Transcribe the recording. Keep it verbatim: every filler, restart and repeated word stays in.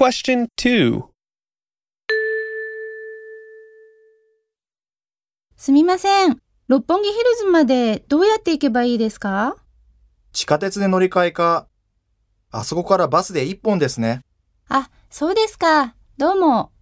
Question two. すみません。六本木ヒルズまでどうやって行けばいいですか？ 地下鉄で乗り換えか。あそこからバスで一本ですね。 あ、そうですか。どうも。